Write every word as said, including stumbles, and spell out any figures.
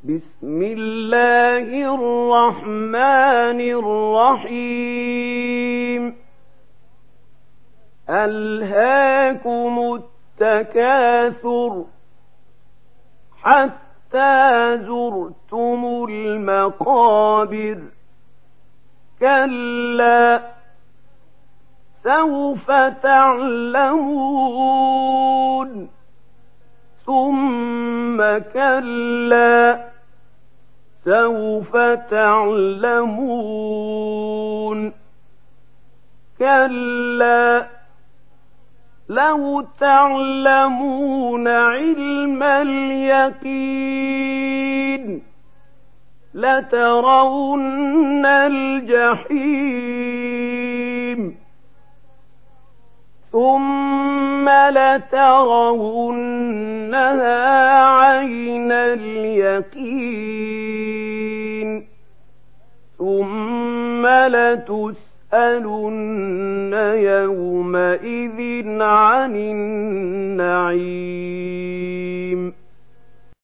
بسم الله الرحمن الرحيم ألهاكم التكاثر حتى زرتم المقابر كلا سوف تعلمون ثم كلا سوف تعلمون كلا لو تعلمون علم اليقين لترون الجحيم ثم لترونها عين اليقين ثم لتسألن يومئذ عن النعيم.